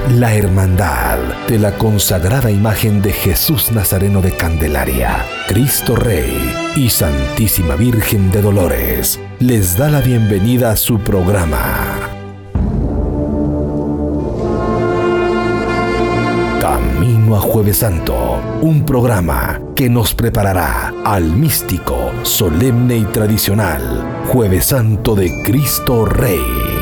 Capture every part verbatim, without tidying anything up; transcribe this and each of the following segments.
la hermandad de la consagrada imagen de Jesús Nazareno de Candelaria, Cristo Rey y Santísima Virgen de Dolores les da la bienvenida a su programa Camino a Jueves Santo, un programa que nos preparará al místico, solemne y tradicional Jueves Santo de Cristo Rey.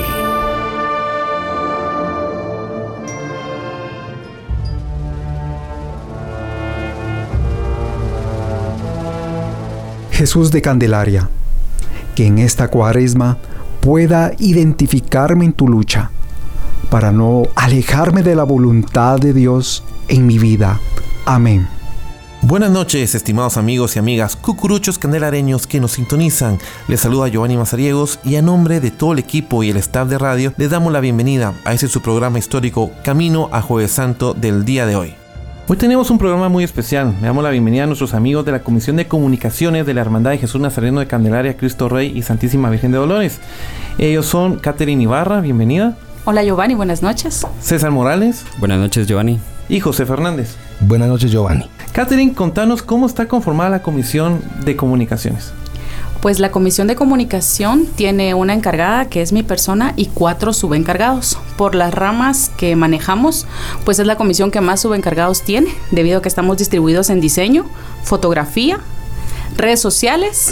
Jesús de Candelaria, que en esta cuaresma pueda identificarme en tu lucha, para no alejarme de la voluntad de Dios en mi vida. Amén. Buenas noches, estimados amigos y amigas cucuruchos candelareños que nos sintonizan. Les saluda Giovanni Mazariegos y a nombre de todo el equipo y el staff de radio les damos la bienvenida a este su programa histórico Camino a Jueves Santo del día de hoy. Hoy tenemos un programa muy especial. Le damos la bienvenida a nuestros amigos de la Comisión de Comunicaciones de la Hermandad de Jesús Nazareno de Candelaria, Cristo Rey y Santísima Virgen de Dolores. Ellos son Catherine Ibarra, bienvenida. Hola Giovanni, buenas noches. César Morales. Buenas noches Giovanni. Y José Fernández. Buenas noches Giovanni. Catherine, contanos cómo está conformada la Comisión de Comunicaciones. Pues la Comisión de Comunicación tiene una encargada que es mi persona y cuatro subencargados. Por las ramas que manejamos, pues es la comisión que más subencargados tiene, debido a que estamos distribuidos en diseño, fotografía, redes sociales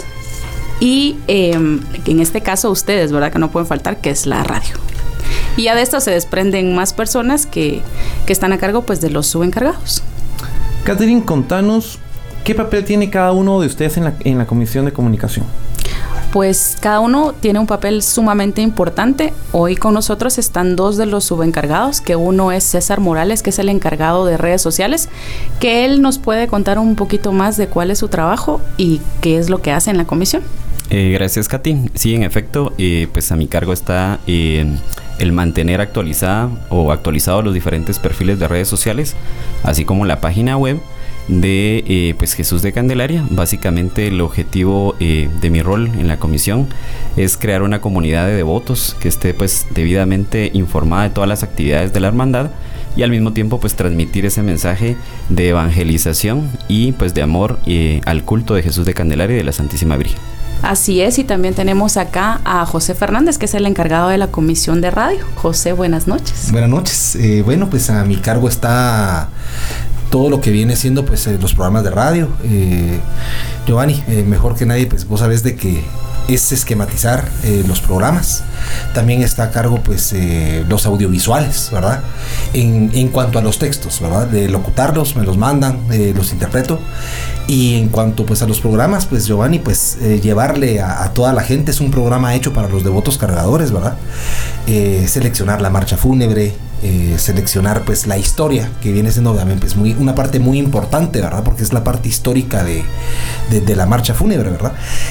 y eh, en este caso ustedes, ¿verdad? Que no pueden faltar, que es la radio. Y ya de esto se desprenden más personas que, que están a cargo pues de los subencargados. Catherine, contanos qué papel tiene cada uno de ustedes en la, en la Comisión de Comunicación. Pues cada uno tiene un papel sumamente importante. Hoy con nosotros están dos de los subencargados, que uno es César Morales, que es el encargado de redes sociales, que él nos puede contar un poquito más de cuál es su trabajo y qué es lo que hace en la comisión. Eh, gracias, Katy. Sí, en efecto, eh, pues a mi cargo está eh, el mantener actualizada o actualizados los diferentes perfiles de redes sociales, así como la página web de eh, pues Jesús de Candelaria. Básicamente el objetivo eh, de mi rol en la comisión es crear una comunidad de devotos que esté pues debidamente informada de todas las actividades de la hermandad y al mismo tiempo pues transmitir ese mensaje de evangelización y pues de amor eh, al culto de Jesús de Candelaria y de la Santísima Virgen. Así es, y también tenemos acá a José Fernández, que es el encargado de la comisión de radio. José, buenas noches. Buenas noches. Eh, bueno, pues a mi cargo está todo lo que viene siendo pues eh, los programas de radio. Eh, Giovanni, eh, mejor que nadie, pues vos sabés de que es esquematizar eh, los programas. También está a cargo pues eh, los audiovisuales, ¿verdad? En, en cuanto a los textos, ¿verdad? De locutarlos, me los mandan, eh, los interpreto. Y en cuanto pues a los programas, pues Giovanni, pues eh, llevarle a, a toda la gente, es un programa hecho para los devotos cargadores, ¿verdad? Eh, seleccionar la marcha fúnebre, eh, seleccionar pues la historia, que viene siendo también pues muy, una parte muy importante, ¿verdad? Porque es la parte histórica de, de, de la marcha fúnebre, ¿verdad?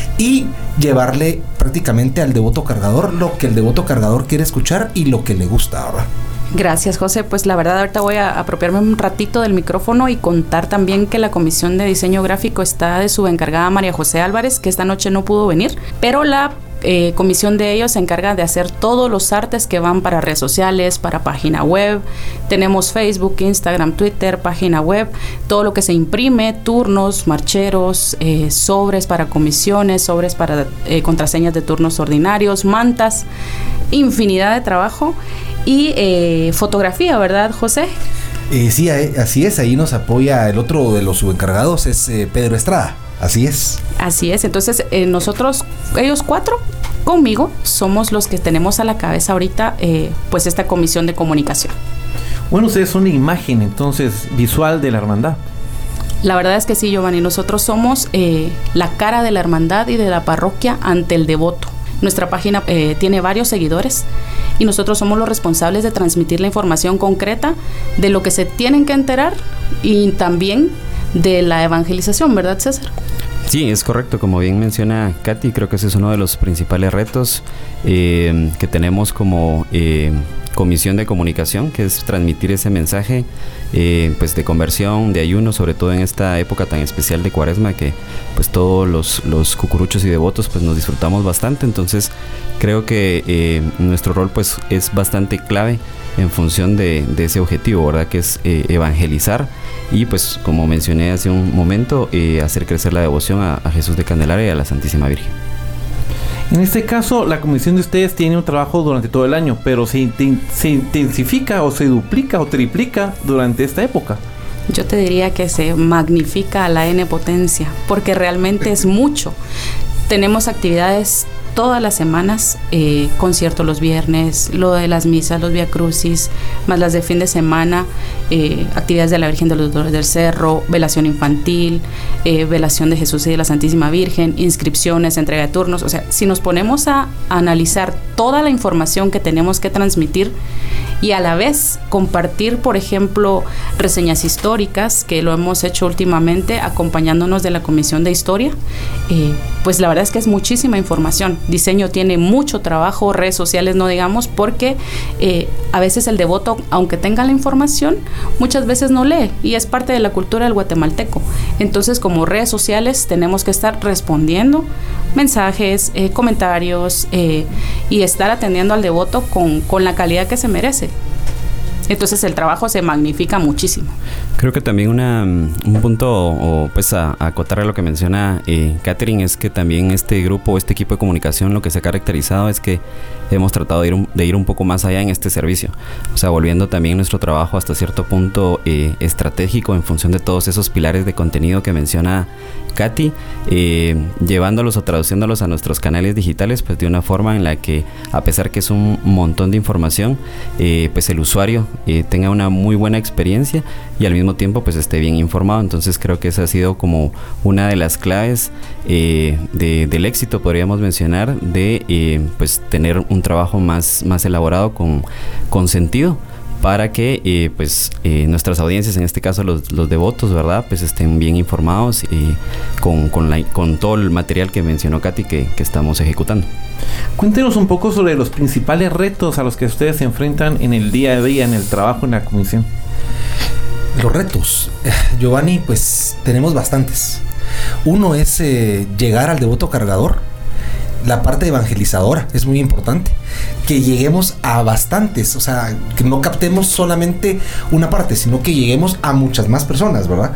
Y llevarle prácticamente al devoto cargador lo que el devoto cargador quiere escuchar y lo que le gusta, ¿verdad? Gracias, José. Pues la verdad ahorita voy a apropiarme un ratito del micrófono y contar también que la comisión de diseño gráfico está de su encargada María José Álvarez, que esta noche no pudo venir, pero la eh, comisión de ellos se encarga de hacer todos los artes que van para redes sociales, para página web. Tenemos Facebook, Instagram, Twitter, página web, todo lo que se imprime, turnos, marcheros, eh, sobres para comisiones, sobres para eh, contraseñas de turnos ordinarios, mantas, infinidad de trabajo. Y eh, fotografía, ¿verdad, José? Eh, sí, así es. Ahí nos apoya el otro de los subencargados, es eh, Pedro Estrada. Así es. Así es. Entonces, eh, nosotros, ellos cuatro, conmigo, somos los que tenemos a la cabeza ahorita, eh, pues, esta comisión de comunicación. Bueno, ustedes son la imagen, entonces, visual de la hermandad. La verdad es que sí, Giovanni. Nosotros somos eh, la cara de la hermandad y de la parroquia ante el devoto. Nuestra página eh, tiene varios seguidores y nosotros somos los responsables de transmitir la información concreta de lo que se tienen que enterar y también de la evangelización, ¿verdad, César? Sí, es correcto. Como bien menciona Katy, creo que ese es uno de los principales retos eh, que tenemos como eh, comisión de comunicación, que es transmitir ese mensaje eh, pues de conversión, de ayuno, sobre todo en esta época tan especial de Cuaresma, que pues todos los, los cucuruchos y devotos pues nos disfrutamos bastante. Entonces creo que eh, nuestro rol pues es bastante clave en función de, de ese objetivo, ¿verdad? Que es eh, evangelizar y pues como mencioné hace un momento, eh, hacer crecer la devoción a, a Jesús de Candelaria y a la Santísima Virgen. En este caso, la comisión de ustedes tiene un trabajo durante todo el año, pero se, inten- se intensifica o se duplica o triplica durante esta época. Yo te diría que se magnifica a la N potencia, porque realmente es mucho. Tenemos actividades todas las semanas, eh, conciertos los viernes, lo de las misas, los Vía Crucis, más las de fin de semana, eh, actividades de la Virgen de los Dolores del Cerro, velación infantil, eh, velación de Jesús y de la Santísima Virgen, inscripciones, entrega de turnos. O sea, si nos ponemos a analizar toda la información que tenemos que transmitir y a la vez compartir, por ejemplo, reseñas históricas, que lo hemos hecho últimamente acompañándonos de la Comisión de Historia, eh, pues la verdad es que es muchísima información. Diseño tiene mucho trabajo, redes sociales no digamos, porque eh, a veces el devoto, aunque tenga la información, muchas veces no lee, y es parte de la cultura del guatemalteco. Entonces, como redes sociales, tenemos que estar respondiendo mensajes, eh, comentarios, eh, y estar atendiendo al devoto con, con la calidad que se merece. Entonces el trabajo se magnifica muchísimo. Creo que también una, un punto, o, o pues a, a acotar a lo que menciona eh, Catherine, es que también este grupo, este equipo de comunicación, lo que se ha caracterizado es que hemos tratado de ir un, de ir un poco más allá en este servicio. O sea, volviendo también nuestro trabajo hasta cierto punto eh, estratégico en función de todos esos pilares de contenido que menciona Katy, eh, llevándolos o traduciéndolos a nuestros canales digitales, pues de una forma en la que, a pesar que es un montón de información, eh, pues el usuario eh, tenga una muy buena experiencia y al mismo tiempo pues esté bien informado. Entonces creo que esa ha sido como una de las claves eh, de, del éxito, podríamos mencionar, de eh, pues tener un trabajo más, más elaborado con, con sentido, para que eh, pues eh, nuestras audiencias, en este caso los, los devotos, ¿verdad? Pues estén bien informados y con, con, la, con todo el material que mencionó Katy que, que estamos ejecutando. Cuéntenos un poco sobre los principales retos a los que ustedes se enfrentan en el día a día, en el trabajo en la comisión. Los retos, Giovanni, pues tenemos bastantes. Uno es eh, llegar al devoto cargador. La parte evangelizadora es muy importante, que lleguemos a bastantes, o sea, que no captemos solamente una parte, sino que lleguemos a muchas más personas, ¿verdad?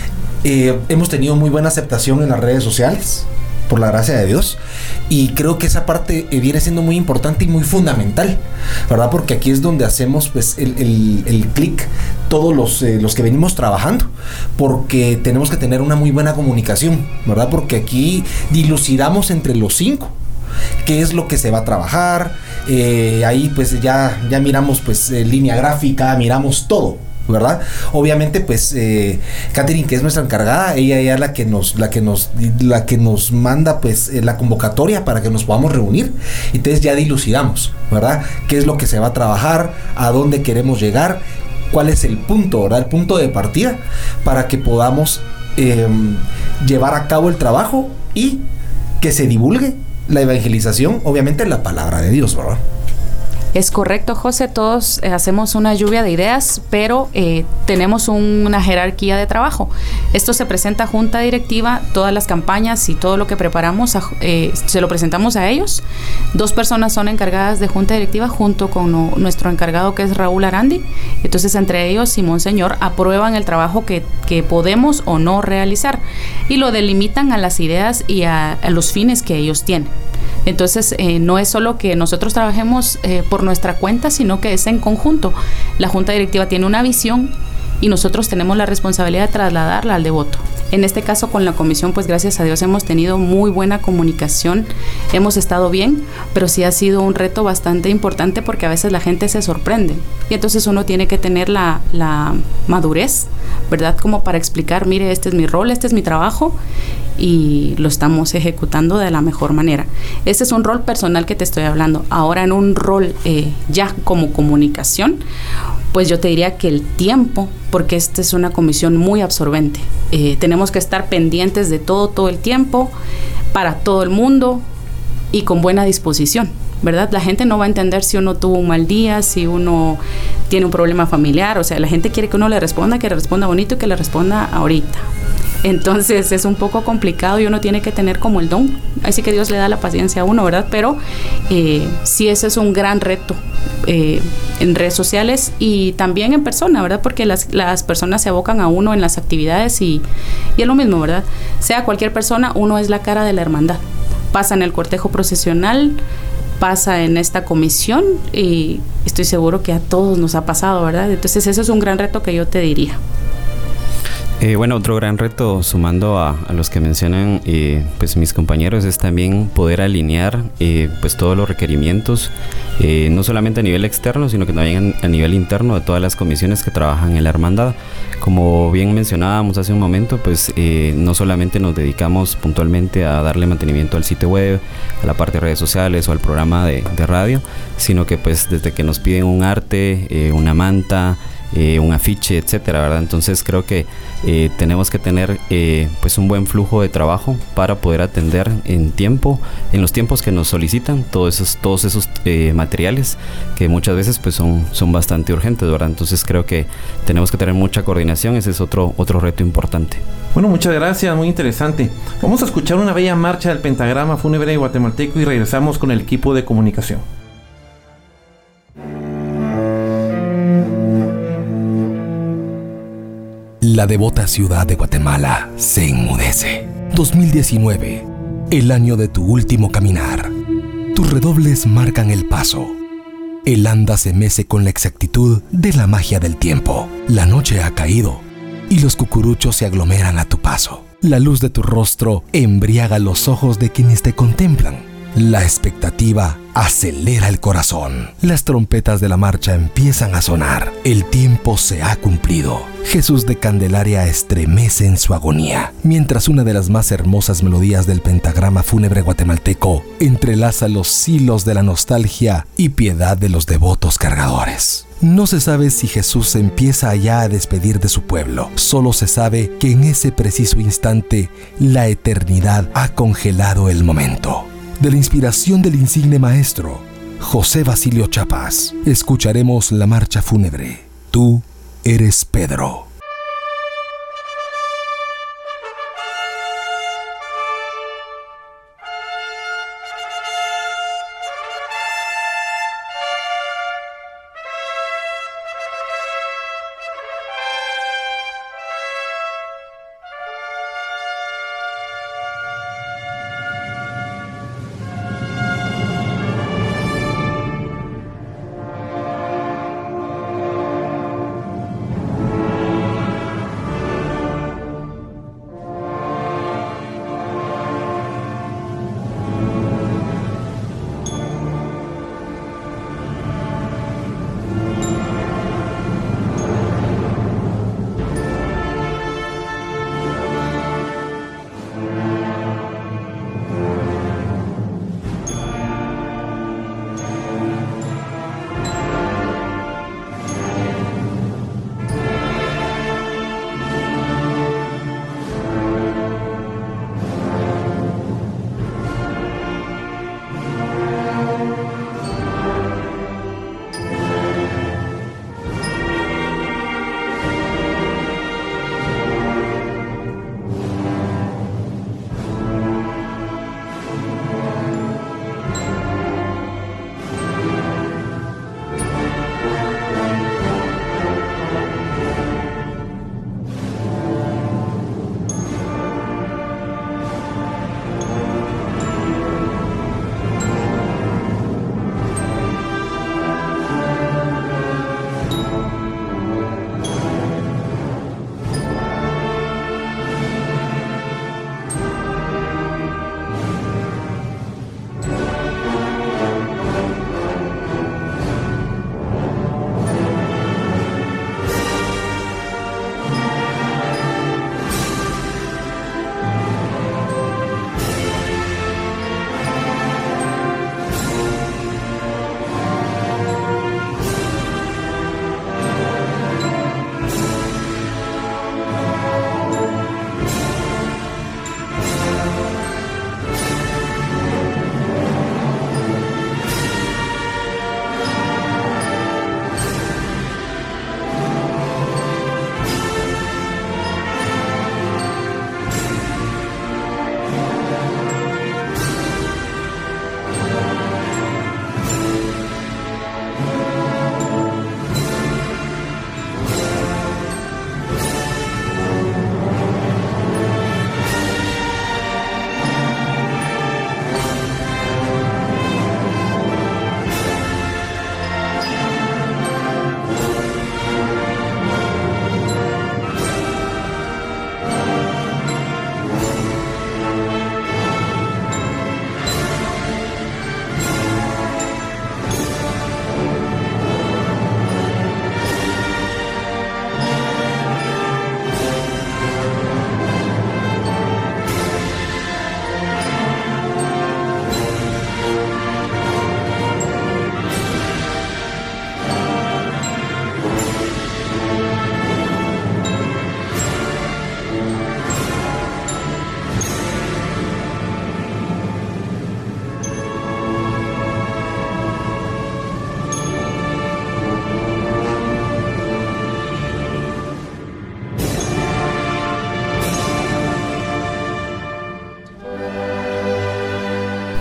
Eh, hemos tenido muy buena aceptación en las redes sociales, por la gracia de Dios, y creo que esa parte eh, viene siendo muy importante y muy fundamental, ¿verdad? Porque aquí es donde hacemos pues el, el, el clic todos los, eh, los que venimos trabajando, porque tenemos que tener una muy buena comunicación, ¿verdad? Porque aquí dilucidamos entre los cinco qué es lo que se va a trabajar, eh, ahí pues ya, ya miramos pues eh, línea gráfica, miramos todo, ¿verdad? Obviamente pues eh, Catherine, que es nuestra encargada, ella es la que nos la que nos la que nos manda pues eh, la convocatoria para que nos podamos reunir. Entonces ya dilucidamos, ¿verdad? Qué es lo que se va a trabajar, a dónde queremos llegar, cuál es el punto, ¿verdad? El punto de partida para que podamos eh, llevar a cabo el trabajo y que se divulgue la evangelización, obviamente la palabra de Dios, ¿verdad? Es correcto, José, todos eh, hacemos una lluvia de ideas, pero eh, tenemos un, una jerarquía de trabajo. Esto se presenta a junta directiva, todas las campañas y todo lo que preparamos, a, eh, se lo presentamos a ellos. Dos personas son encargadas de junta directiva junto con no, nuestro encargado, que es Raúl Arandi. Entonces, entre ellos y Monseñor aprueban el trabajo que, que podemos o no realizar y lo delimitan a las ideas y a, a los fines que ellos tienen. Entonces, eh, no es solo que nosotros trabajemos eh, por nuestra cuenta, sino que es en conjunto. La junta directiva tiene una visión y nosotros tenemos la responsabilidad de trasladarla al devoto. En este caso, con la comisión, pues gracias a Dios hemos tenido muy buena comunicación, hemos estado bien, pero sí ha sido un reto bastante importante porque a veces la gente se sorprende y entonces uno tiene que tener la, la madurez, ¿verdad? Como para explicar, mire, este es mi rol, este es mi trabajo y lo estamos ejecutando de la mejor manera. Este es un rol personal que te estoy hablando. Ahora, en un rol eh, ya como comunicación, pues yo te diría que el tiempo, porque esta es una comisión muy absorbente. Eh, tenemos que estar pendientes de todo, todo el tiempo, para todo el mundo y con buena disposición, ¿verdad? La gente no va a entender si uno tuvo un mal día, si uno tiene un problema familiar. O sea, la gente quiere que uno le responda, que le responda bonito y que le responda ahorita. Entonces es un poco complicado y uno tiene que tener como el don. Así que Dios le da la paciencia a uno, ¿verdad? Pero eh, sí, ese es un gran reto eh, en redes sociales y también en persona, ¿verdad? Porque las, las personas se abocan a uno en las actividades y, y es lo mismo, ¿verdad? Sea cualquier persona, uno es la cara de la hermandad. Pasa en el cortejo procesional, pasa en esta comisión y estoy seguro que a todos nos ha pasado, ¿verdad? Entonces ese es un gran reto que yo te diría. Eh, bueno, otro gran reto, sumando a, a los que mencionan eh, pues mis compañeros, es también poder alinear eh, pues todos los requerimientos, eh, no solamente a nivel externo, sino que también a nivel interno de todas las comisiones que trabajan en la hermandad. Como bien mencionábamos hace un momento, pues eh, no solamente nos dedicamos puntualmente a darle mantenimiento al sitio web, a la parte de redes sociales o al programa de, de radio, sino que pues desde que nos piden un arte, eh, una manta, Eh, un afiche, etcétera, ¿verdad? Entonces creo que eh, tenemos que tener eh, pues un buen flujo de trabajo para poder atender en tiempo, en los tiempos que nos solicitan todos esos, todos esos eh, materiales que muchas veces pues son, son bastante urgentes, ¿verdad? Entonces creo que tenemos que tener mucha coordinación, ese es otro, otro reto importante. Bueno, muchas gracias, muy interesante. Vamos a escuchar una bella marcha del pentagrama fúnebre guatemalteco y regresamos con el equipo de comunicación. La devota ciudad de Guatemala se enmudece. dos mil diecinueve, el año de tu último caminar. Tus redobles marcan el paso. El anda se mece con la exactitud de la magia del tiempo. La noche ha caído y los cucuruchos se aglomeran a tu paso. La luz de tu rostro embriaga los ojos de quienes te contemplan. La expectativa acelera el corazón. Las trompetas de la marcha empiezan a sonar. El tiempo se ha cumplido. Jesús de Candelaria estremece en su agonía, mientras una de las más hermosas melodías del pentagrama fúnebre guatemalteco entrelaza los hilos de la nostalgia y piedad de los devotos cargadores. No se sabe si Jesús empieza allá a despedir de su pueblo. Solo se sabe que en ese preciso instante la eternidad ha congelado el momento. De la inspiración del insigne maestro José Basilio Chapas, escucharemos la marcha fúnebre. Tú eres Pedro.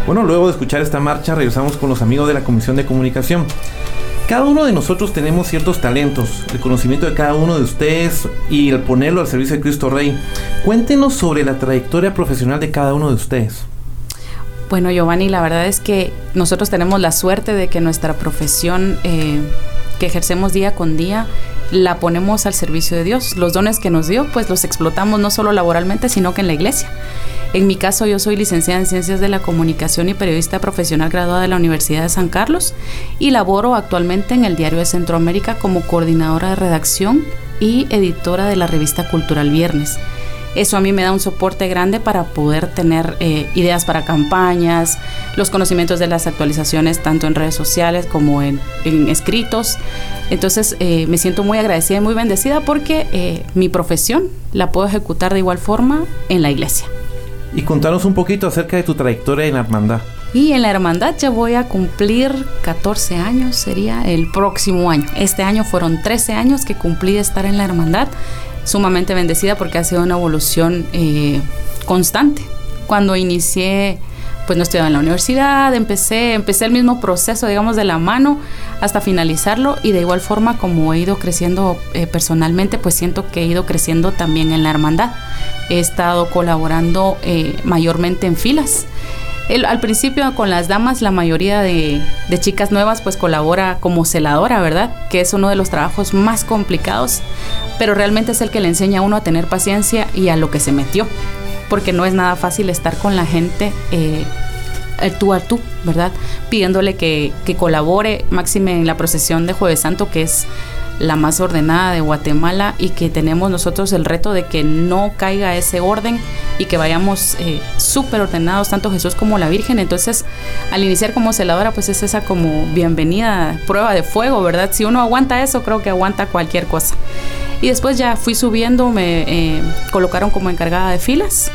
Bueno, luego de escuchar esta marcha, regresamos con los amigos de la Comisión de Comunicación. Cada uno de nosotros tenemos ciertos talentos, el conocimiento de cada uno de ustedes y el ponerlo al servicio de Cristo Rey. Cuéntenos sobre la trayectoria profesional de cada uno de ustedes. Bueno, Giovanni, la verdad es que nosotros tenemos la suerte de que nuestra profesión eh, que ejercemos día con día la ponemos al servicio de Dios. Los dones que nos dio, pues los explotamos no solo laboralmente, sino que en la iglesia. En mi caso, yo soy licenciada en Ciencias de la Comunicación y periodista profesional graduada de la Universidad de San Carlos y laboro actualmente en el Diario de Centroamérica como coordinadora de redacción y editora de la revista Cultural Viernes. Eso a mí me da un soporte grande para poder tener eh, ideas para campañas, los conocimientos de las actualizaciones tanto en redes sociales como en, en escritos. Entonces eh, me siento muy agradecida y muy bendecida porque eh, mi profesión la puedo ejecutar de igual forma en la iglesia. Y contanos un poquito acerca de tu trayectoria en la hermandad. Y en la hermandad ya voy a cumplir catorce años, sería el próximo año. Este año fueron trece años que cumplí de estar en la hermandad. Sumamente bendecida porque ha sido una evolución eh, constante. Cuando inicié, pues no estudiaba en la universidad, empecé, empecé el mismo proceso, digamos, de la mano hasta finalizarlo, y de igual forma como he ido creciendo eh, personalmente, pues siento que he ido creciendo también en la hermandad. He estado colaborando eh, mayormente en filas. El, al principio con las damas, la mayoría de, de chicas nuevas pues colabora como celadora, ¿verdad? Que es uno de los trabajos más complicados, pero realmente es el que le enseña a uno a tener paciencia y a lo que se metió, porque no es nada fácil estar con la gente eh, tú a tú, ¿verdad? Pidiéndole que, que colabore, máxime en la procesión de Jueves Santo, que es la más ordenada de Guatemala, y que tenemos nosotros el reto de que no caiga ese orden y que vayamos eh, súper ordenados, tanto Jesús como la Virgen. Entonces, al iniciar como celadora, pues es esa como bienvenida, prueba de fuego, ¿verdad? Si uno aguanta eso, creo que aguanta cualquier cosa. Y después ya fui subiendo, me eh, colocaron como encargada de filas,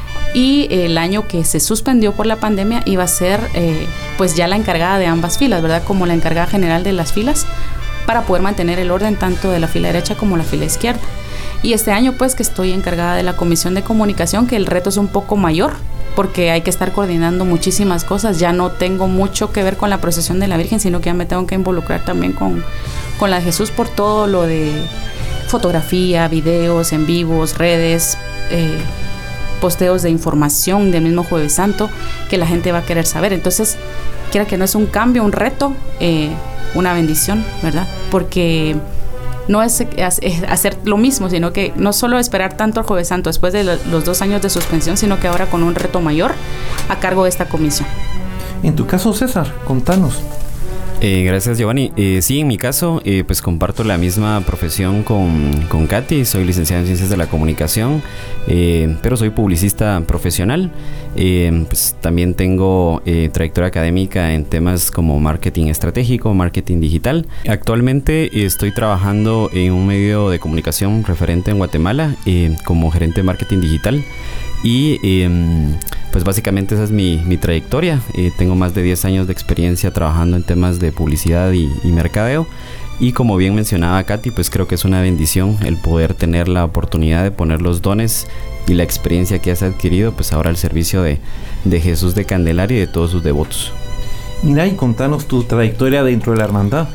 y el año que se suspendió por la pandemia iba a ser eh, pues ya la encargada de ambas filas, ¿verdad? Como la encargada general de las filas, para poder mantener el orden tanto de la fila derecha como la fila izquierda. Y este año pues que estoy encargada de la Comisión de Comunicación, que el reto es un poco mayor porque hay que estar coordinando muchísimas cosas. Ya no tengo mucho que ver con la procesión de la Virgen, sino que ya me tengo que involucrar también con, con la de Jesús por todo lo de fotografía, videos, en vivos, redes, eh, posteos de información del mismo Jueves Santo que la gente va a querer saber. Entonces, quiera que no, es un cambio, un reto, eh, una bendición, ¿verdad? Porque no es, es, es hacer lo mismo, sino que no solo esperar tanto al Jueves Santo después de lo, los dos años de suspensión, sino que ahora con un reto mayor a cargo de esta comisión. En tu caso, César, contanos. Eh, gracias, Giovanni. Eh, sí, en mi caso, eh, pues comparto la misma profesión con, con Katy. Soy licenciado en Ciencias de la Comunicación, eh, pero soy publicista profesional. Eh, pues también tengo eh, trayectoria académica en temas como marketing estratégico, marketing digital. Actualmente eh, estoy trabajando en un medio de comunicación referente en Guatemala eh, como gerente de marketing digital. Y eh, pues básicamente esa es mi, mi trayectoria. Eh, tengo más de diez años de experiencia trabajando en temas de publicidad y, y mercadeo. Y como bien mencionaba Katy, pues creo que es una bendición el poder tener la oportunidad de poner los dones y la experiencia que has adquirido pues ahora al servicio de, de Jesús de Candelaria y de todos sus devotos. Mira, y contanos tu trayectoria dentro de la hermandad.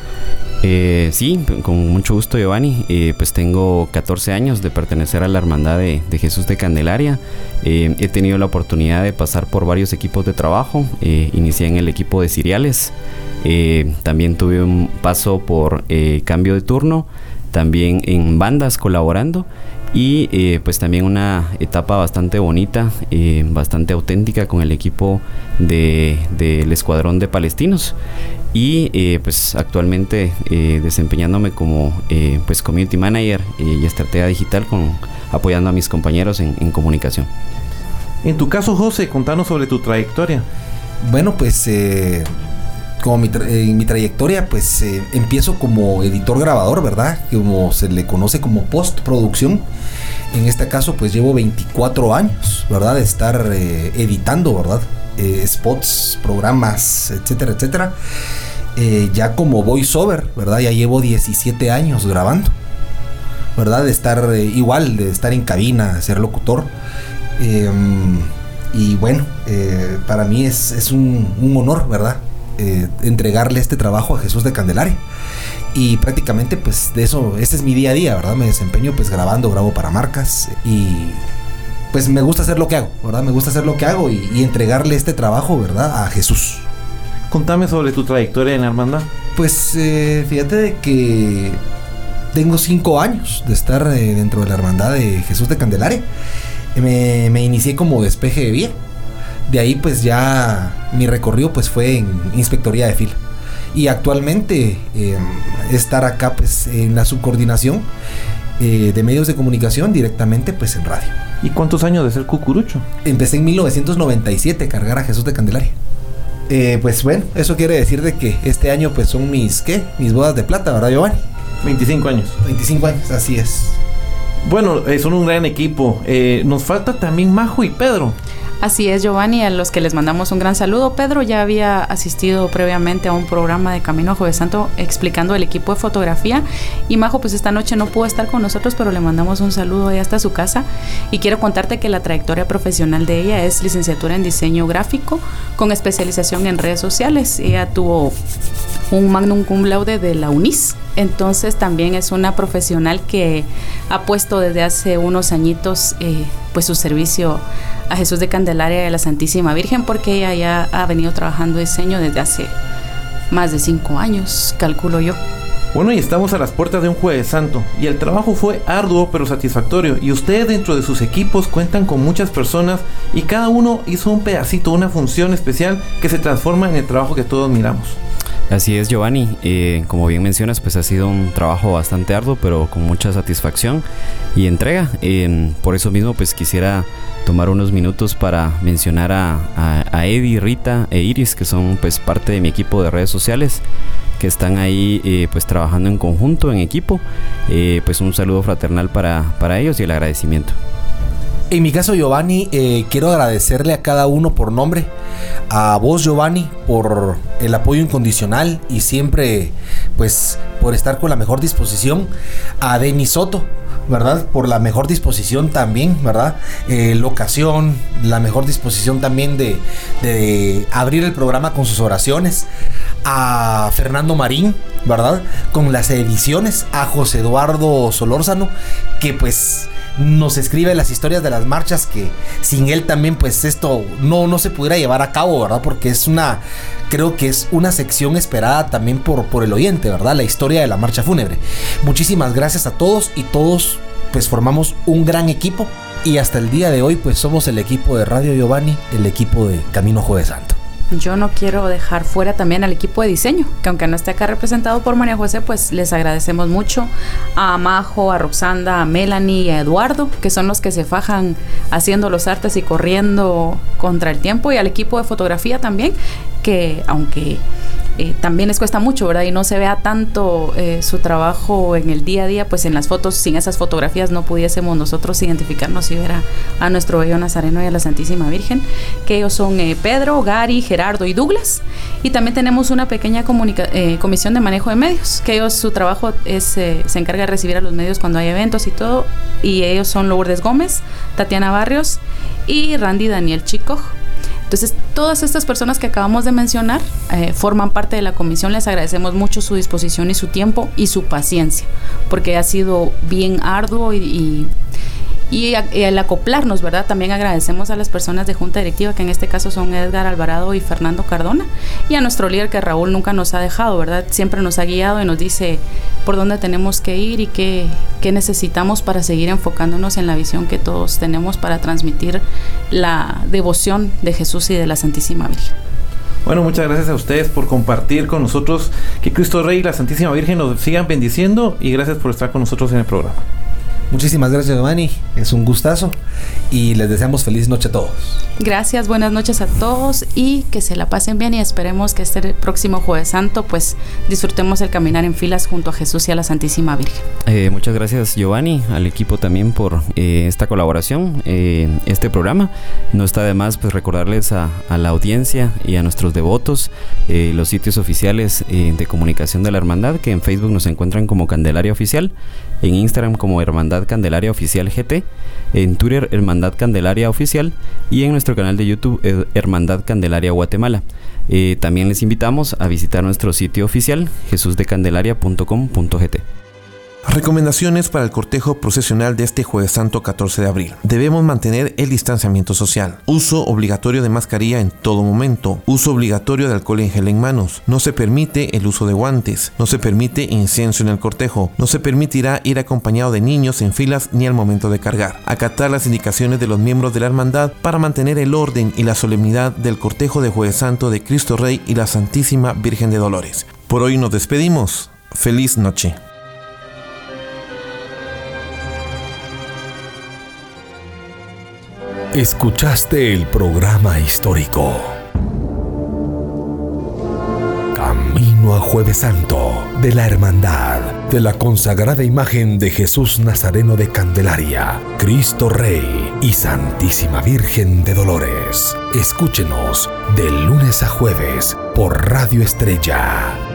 Eh, sí, con mucho gusto, Giovanni. Eh, pues tengo catorce años de pertenecer a la Hermandad de, de Jesús de Candelaria. Eh, he tenido la oportunidad de pasar por varios equipos de trabajo. Eh, inicié en el equipo de Ciriales. Eh, también tuve un paso por eh, cambio de turno. También en bandas colaborando. Y eh, pues también una etapa bastante bonita, eh, bastante auténtica con el equipo de, del Escuadrón de Palestinos. Y eh, pues actualmente eh, desempeñándome como eh, pues community manager eh, y estratega digital, con, apoyando a mis compañeros en, en comunicación. En tu caso, José, contanos sobre tu trayectoria. Bueno, pues eh, como mi tra- en mi trayectoria, pues eh, empiezo como editor grabador, ¿verdad? Como se le conoce como postproducción. En este caso, pues llevo veinticuatro años, ¿verdad? De estar eh, editando, ¿verdad? Eh, spots, programas, etcétera, etcétera. Eh, ya como voiceover, ¿verdad? Ya llevo diecisiete años grabando, ¿verdad? De estar eh, igual, de estar en cabina, ser locutor. Eh, y bueno, eh, para mí es, es un, un honor, ¿verdad? Eh, entregarle este trabajo a Jesús de Candelaria. Y prácticamente pues de eso, este es mi día a día, ¿verdad? Me desempeño pues grabando, grabo para marcas y pues me gusta hacer lo que hago, ¿verdad? Me gusta hacer lo que hago y, y entregarle este trabajo, ¿verdad? A Jesús. Contame sobre tu trayectoria en la hermandad. Pues eh, fíjate de que tengo cinco años de estar eh, dentro de la hermandad de Jesús de Candelaria. Me, me inicié como despeje de vía. De ahí pues ya mi recorrido pues fue en inspectoría de fila. Y actualmente eh, estar acá pues en la subcoordinación eh, de medios de comunicación directamente pues en radio. ¿Y cuántos años de ser cucurucho? Empecé en mil novecientos noventa y siete a cargar a Jesús de Candelaria. Eh, pues bueno, eso quiere decir de que este año pues son mis, ¿qué? Mis bodas de plata, ¿verdad, Giovanni? veinticinco años. veinticinco años, así es. Bueno, eh, son un gran equipo. Eh, nos falta también Majo y Pedro. Así es, Giovanni, a los que les mandamos un gran saludo. Pedro ya había asistido previamente a un programa de Camino a Jueves Santo explicando el equipo de fotografía, y Majo pues esta noche no pudo estar con nosotros, pero le mandamos un saludo ahí hasta su casa. Y quiero contarte que la trayectoria profesional de ella es licenciatura en diseño gráfico con especialización en redes sociales. Ella tuvo un magnum cum laude de la UNIS, entonces también es una profesional que ha puesto desde hace unos añitos eh, pues su servicio a Jesús de Candelaria y a la Santísima Virgen, porque ella ya ha venido trabajando diseño desde hace más de cinco años, calculo yo. Bueno, y estamos a las puertas de un Jueves Santo, y el trabajo fue arduo pero satisfactorio, y ustedes dentro de sus equipos cuentan con muchas personas y cada uno hizo un pedacito, una función especial que se transforma en el trabajo que todos miramos. Así es, Giovanni, eh, como bien mencionas, pues ha sido un trabajo bastante arduo, pero con mucha satisfacción y entrega. Eh, por eso mismo, pues quisiera tomar unos minutos para mencionar a, a, a Eddie, Rita e Iris, que son pues parte de mi equipo de redes sociales, que están ahí eh, pues trabajando en conjunto, en equipo. Eh, pues un saludo fraternal para, para ellos y el agradecimiento. En mi caso, Giovanni, eh, quiero agradecerle a cada uno por nombre. A vos, Giovanni, por el apoyo incondicional y siempre, pues, por estar con la mejor disposición. A Denis Soto, ¿verdad? Por la mejor disposición también, ¿verdad? Eh, la ocasión, la mejor disposición también de, de abrir el programa con sus oraciones. A Fernando Marín, ¿verdad? Con las ediciones. A José Eduardo Solórzano, que pues nos escribe las historias de las marchas, que sin él también pues esto no, no se pudiera llevar a cabo, ¿verdad? Porque es una, creo que es una sección esperada también por, por el oyente, ¿verdad? La historia de la marcha fúnebre. Muchísimas gracias a todos, y todos pues formamos un gran equipo, y hasta el día de hoy pues somos el equipo de Radio Giovanni, el equipo de Camino Jueves Santo. Yo no quiero dejar fuera también al equipo de diseño, que aunque no esté acá representado por María José, pues les agradecemos mucho a Majo, a Roxanda, a Melanie y a Eduardo, que son los que se fajan haciendo los artes y corriendo contra el tiempo, y al equipo de fotografía también, que aunque eh, también les cuesta mucho, ¿verdad? Y no se vea tanto eh, su trabajo en el día a día, pues en las fotos, sin esas fotografías no pudiésemos nosotros identificarnos y ver a, a nuestro bello Nazareno y a la Santísima Virgen, que ellos son eh, Pedro, Gary, Gerardo y Douglas. Y también tenemos una pequeña comunica- eh, comisión de manejo de medios, que ellos, su trabajo es, eh, se encarga de recibir a los medios cuando hay eventos y todo, y ellos son Lourdes Gómez, Tatiana Barrios y Randy Daniel Chico. Entonces, todas estas personas que acabamos de mencionar eh, forman parte de la comisión. Les agradecemos mucho su disposición y su tiempo y su paciencia, porque ha sido bien arduo y, y, y, a, y al acoplarnos, ¿verdad? También agradecemos a las personas de Junta Directiva, que en este caso son Edgar Alvarado y Fernando Cardona, y a nuestro líder, que Raúl nunca nos ha dejado, ¿verdad? Siempre nos ha guiado y nos dice por dónde tenemos que ir y qué, qué necesitamos para seguir enfocándonos en la visión que todos tenemos para transmitir la devoción de Jesús y de la Santísima Virgen. Bueno, muchas gracias a ustedes por compartir con nosotros. Que Cristo Rey y la Santísima Virgen nos sigan bendiciendo, y gracias por estar con nosotros en el programa. Muchísimas gracias, Giovanni, es un gustazo y les deseamos feliz noche a todos. Gracias, buenas noches a todos y que se la pasen bien, y esperemos que este próximo Jueves Santo pues disfrutemos el caminar en filas junto a Jesús y a la Santísima Virgen. Eh, muchas gracias, Giovanni, al equipo también por eh, esta colaboración en eh, este programa. No está de más pues recordarles a, a la audiencia y a nuestros devotos eh, los sitios oficiales eh, de comunicación de la Hermandad, que en Facebook nos encuentran como Candelaria Oficial, en Instagram como Hermandad Hermandad Candelaria Oficial G T, en Twitter Hermandad Candelaria Oficial y en nuestro canal de YouTube eh, Hermandad Candelaria Guatemala. Eh, también les invitamos a visitar nuestro sitio oficial jesús de candelaria punto com punto g t. Recomendaciones para el cortejo procesional de este Jueves Santo catorce de abril. Debemos mantener el distanciamiento social. Uso obligatorio de mascarilla en todo momento. Uso obligatorio de alcohol en gel en manos. No se permite el uso de guantes. No se permite incienso en el cortejo. No se permitirá ir acompañado de niños en filas ni al momento de cargar. Acatar las indicaciones de los miembros de la hermandad para mantener el orden y la solemnidad del cortejo de Jueves Santo de Cristo Rey y la Santísima Virgen de Dolores. Por hoy nos despedimos. Feliz noche. Escuchaste el programa histórico Camino a Jueves Santo de la Hermandad de la Consagrada Imagen de Jesús Nazareno de Candelaria, Cristo Rey y Santísima Virgen de Dolores. Escúchenos de lunes a jueves por Radio Estrella.